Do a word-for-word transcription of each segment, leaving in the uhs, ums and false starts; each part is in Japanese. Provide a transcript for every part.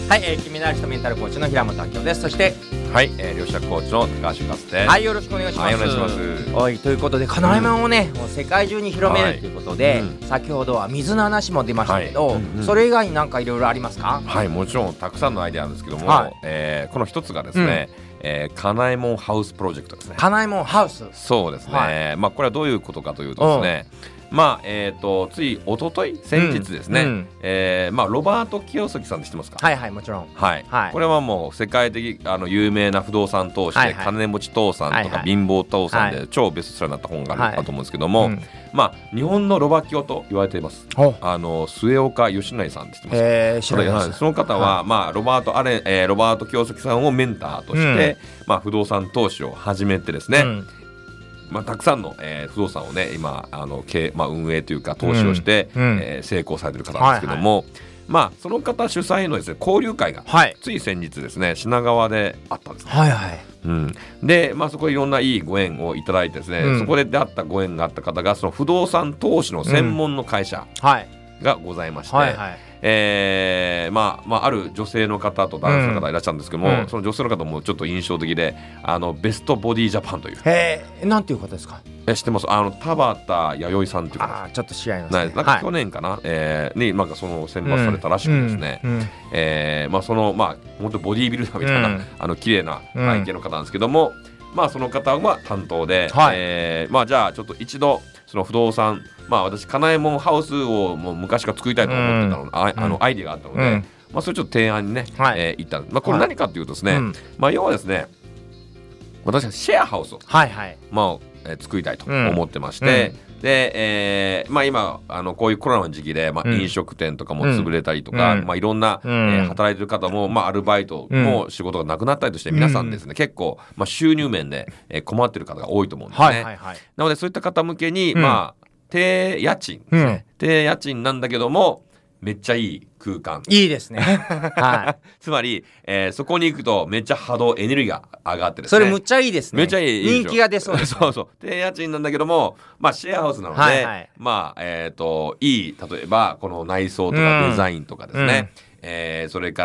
はい、えー、金メダリストメンタルコーチの平本明夫です。そしてはい、えー、両者コーチの高橋和です。 はい、よろしくお願いします。 はい、お願いします。 はい、ということでカナイメンをね、うん、もう世界中に広めるということで、はい、うん、先ほどは水の話も出ましたけど、はい、うんうん、それ以外になんかいろいろありますか？ はい、もちろんたくさんのアイデアあるんですけども、はい、えー、この一つがですね、うん、えー、カナイモンハウスプロジェクトですね。 カナイモンハウス。 そうですね、はい、まあこれはどういうことかというとですね、まあえー、とつい一昨日先日ですね、うんうん、えーまあ、ロバート清崎さんって知ってますか？ はいはい、もちろん、 はいはい、これはもう世界的あの有名な不動産投資で、はいはい、金持ち父さんとか、はいはい、貧乏父さんで超ベストセラーになった本があると思うんですけども、はい、うん、まあ、日本のロバキオと言われています。あの末岡義成さんって知ってますか？ へー、知らないです。 その方は、はい、まあ、ロバートアレン、えー、ロバート清崎さんをメンターとして、うん、まあ、不動産投資を始めてですね、うん、まあ、たくさんの、えー、不動産をね今あの経、まあ、運営というか投資をして、うん、えー、成功されている方なんですけども、はいはい、まあ、その方主催のですね交流会が、はい、つい先日ですね品川であったんです、ね、 はいはい、 うん、で、まあ、そこでいろんないいご縁をいただいてですね、うん、そこで出会ったご縁があった方がその不動産投資の専門の会社がございまして、うんはいはい、えーまあまあ、ある女性の方と男性の方いらっしゃるんですけども、うん、その女性の方もちょっと印象的で、あのベストボディジャパンという、 へー、なんていう方ですか？ え、知ってます？あの田畑弥生さんっていう方、 あ、ちょっと試合ますね、 なんか去年かな、はい、えー、になんかその選抜されたらしくですね、うんうん、えーまあ、そのまあ本当ボディービルダーみたいな、うん、あの綺麗な体型の方なんですけども、うん、まあ、その方は担当で、はい、えーまあ、じゃあちょっと一度その不動産、まあ、私カナイモンハウスをもう昔から作りたいと思ってたの、うん、あ, あのアイディアがあったので、うん、まあ、それちょっと提案にね、はい、えー、行ったんです。まあ、これ何かというとですね、はい、まあ、要はですね、私はシェアハウスを、はいはい、まあえー、作りたいと思ってまして、うん、で、えーまあ、今あのこういうコロナの時期で、まあ、飲食店とかも潰れたりとか、うん、まあ、いろんな、うん、えー、働いてる方も、まあ、アルバイトも仕事がなくなったりとして、皆さんですね、うん、結構、まあ、収入面で、えー、困ってる方が多いと思うんですね、はいはいはい、なのでそういった方向けに、うん、まあ、低家賃ですね、うん、低家賃なんだけどもめっちゃいい空間、 いいですね、はい、 つまり、えー、そこに行くとめっちゃ波動エネルギーが上がってですね、 それむっちゃいいですね、 めっちゃいい、 人気が出そうです、ね、 そうそう、低家賃なんだけども、まあ、シェアハウスなので、はいはい、まあえー、といい、例えばこの内装とかデザインとかですね、うん、えー、それから、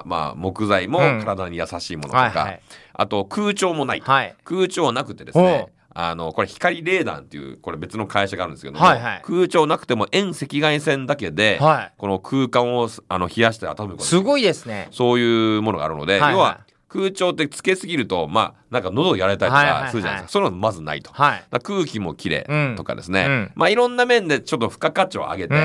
まあ、木材も体に優しいものとか、うん、はいはい、あと空調もない、はい、空調なくてですね、あのこれ光レーダンっていうこれ別の会社があるんですけども、はいはい、空調なくても遠赤外線だけで、はい、この空間をあの冷やして温めること、 すごいですね、 そういうものがあるので、はいはい、要は空調ってつけすぎると、まあ、なんか喉をやられたりとかするじゃないですか、はいはいはい、そういうのまずないと、はい、だ空気もきれいとかですね、うん、まあ、いろんな面でちょっと付加価値を上げて、うん、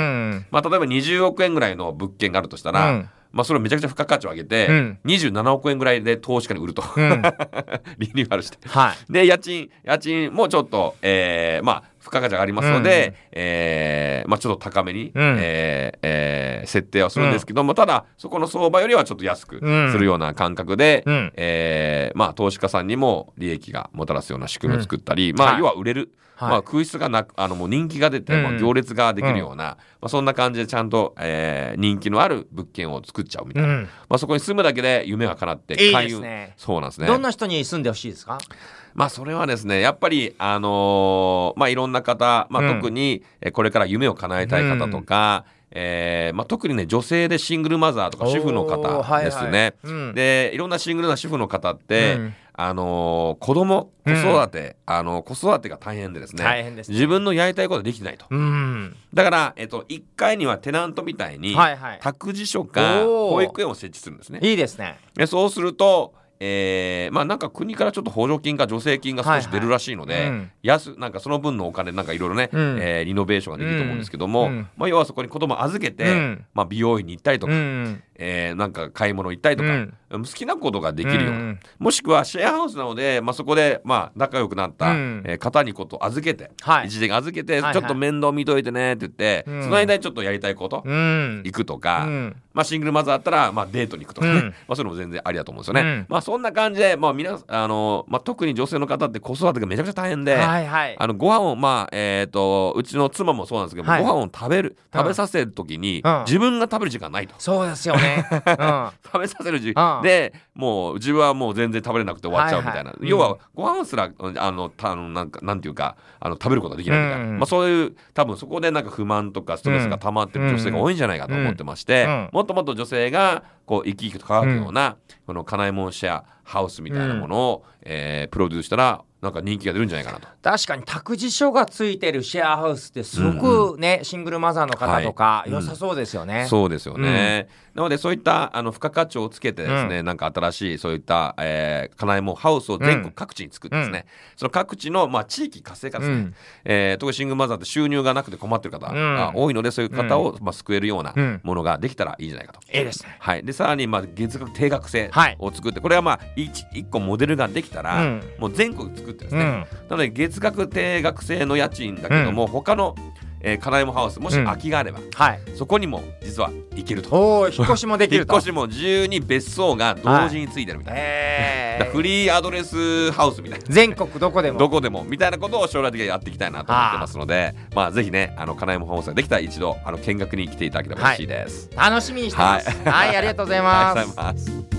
まあ、例えばにじゅうおくえんぐらいの物件があるとしたら、うん、まあ、それをめちゃくちゃ付加価値を上げて、うん、にじゅうななおくえんぐらいで投資家に売ると、うん、リニューアルして、はい、で家賃家賃もちょっと、えー、まあ付加価値がありますので、うん、えーまあ、ちょっと高めに、うん、えーえー、設定はするんですけども、うん、ただそこの相場よりはちょっと安くするような感覚で、うん、えーまあ、投資家さんにも利益がもたらすような仕組みを作ったり、うん、まあ、要は売れる、はい、まあ、空室がなくあのもう人気が出て、うん、まあ、行列ができるような、うん、まあ、そんな感じでちゃんと、えー、人気のある物件を作っちゃうみたいな、うん、まあ、そこに住むだけで夢が叶っていいですね。 そうなんですね。 どんな人に住んでほしいですか？ まあ、それはですねやっぱり、あのーまあ、いろんな方、まあ、特にこれから夢を叶えたい方とか、うん、えーまあ、特にね女性でシングルマザーとか主婦の方ですね、はいはい、うん、でいろんなシングルな主婦の方って、うん、あのー、子供子育て、うん、あの子育てが大変でですね、大変ですね、自分のやりたいことできてないと、うん、だから、えっと、いっかいにはテナントみたいに、はいはい、託児所か保育園を設置するんですね。 いいですね。 でそうするとえーまあ、なんか国からちょっと補助金か助成金が少し出るらしいので、はいはい、うん、安なんかその分のお金なんかいろいろね、うん、えー、リノベーションができると思うんですけども、うん、まあ、要はそこに子供預けて、うん、まあ、美容院に行ったりとか、うん、えー、なんか買い物行ったりとか、うん、好きなことができるような、うん、もしくはシェアハウスなので、まあ、そこでまあ仲良くなった、うん、えー、方にこと預けて、はい、一時預けて、はいはい、ちょっと面倒見といてねって言って、うん、その間にちょっとやりたいこと、うん、行くとか、うん、まあ、シングルマザーだったら、まあ、デートに行くとかね、うん、まあ、それも全然ありだと思うんですよね、うん、まあ、そんな感じで、まあ皆あのまあ、特に女性の方って子育てがめちゃくちゃ大変で、はいはい、あのご飯を、まあえー、とうちの妻もそうなんですけど、はい、ご飯を食べる食べさせる時に、うん、自分が食べる時間ないと、 そうですよねね、うん、 食べさせる時間でもう自分はもう全然食べれなくて終わっちゃうみたいな、はいはい、要はご飯すらあのたなんかなんていうかあの食べることができないみたいな、うんまあ、そういう多分そこでなんか不満とかストレスが溜まってる女性が多いんじゃないかと思ってまして、うんうん、もっともっと女性がこう生き生きと輝くような、うん、この金井門シェアハウスみたいなものを、うんえー、プロデュースしたらなんか人気が出るんじゃないかなと。 確かに託児所がついてるシェアハウスってすごくね、うんうん、シングルマザーの方とか良さそうですよね、 うん、そうですよね、うん、なのでそういったあの付加価値をつけてですね、うん、なんか新しいそういった、えー、金井門ハウスを全国各地に作ってですね、うん、その各地の、まあ、地域活性化ですね、うんえー、特にシングルマザーって収入がなくて困ってる方が多いので、うん、そういう方を、まあ、救えるようなものができたらいいんじゃないかと、 うん、いいですね、 はい、でさらに、まあ、月額定額制を作って、はい、これはまあ 1, 1個モデルができたら、うん、もう全国作ってですね、うんなので月額定額制の家賃だけども、うん、他の、えー、金井門ハウスもし空きがあれば、うんはい、そこにも実は行けると。 お引っ越しもできると。 引っ越しも自由に別荘が同時についてるみたいな、はい、フリーアドレスハウスみたいな、 全国どこでもどこでもみたいなことを将来的にやっていきたいなと思ってますので、まあぜひねあの金井門ハウスができたら一度あの見学に来ていただければ嬉しいです、 はい、楽しみにしてます、はい、はい、ありがとうございます。 ありがとうございます。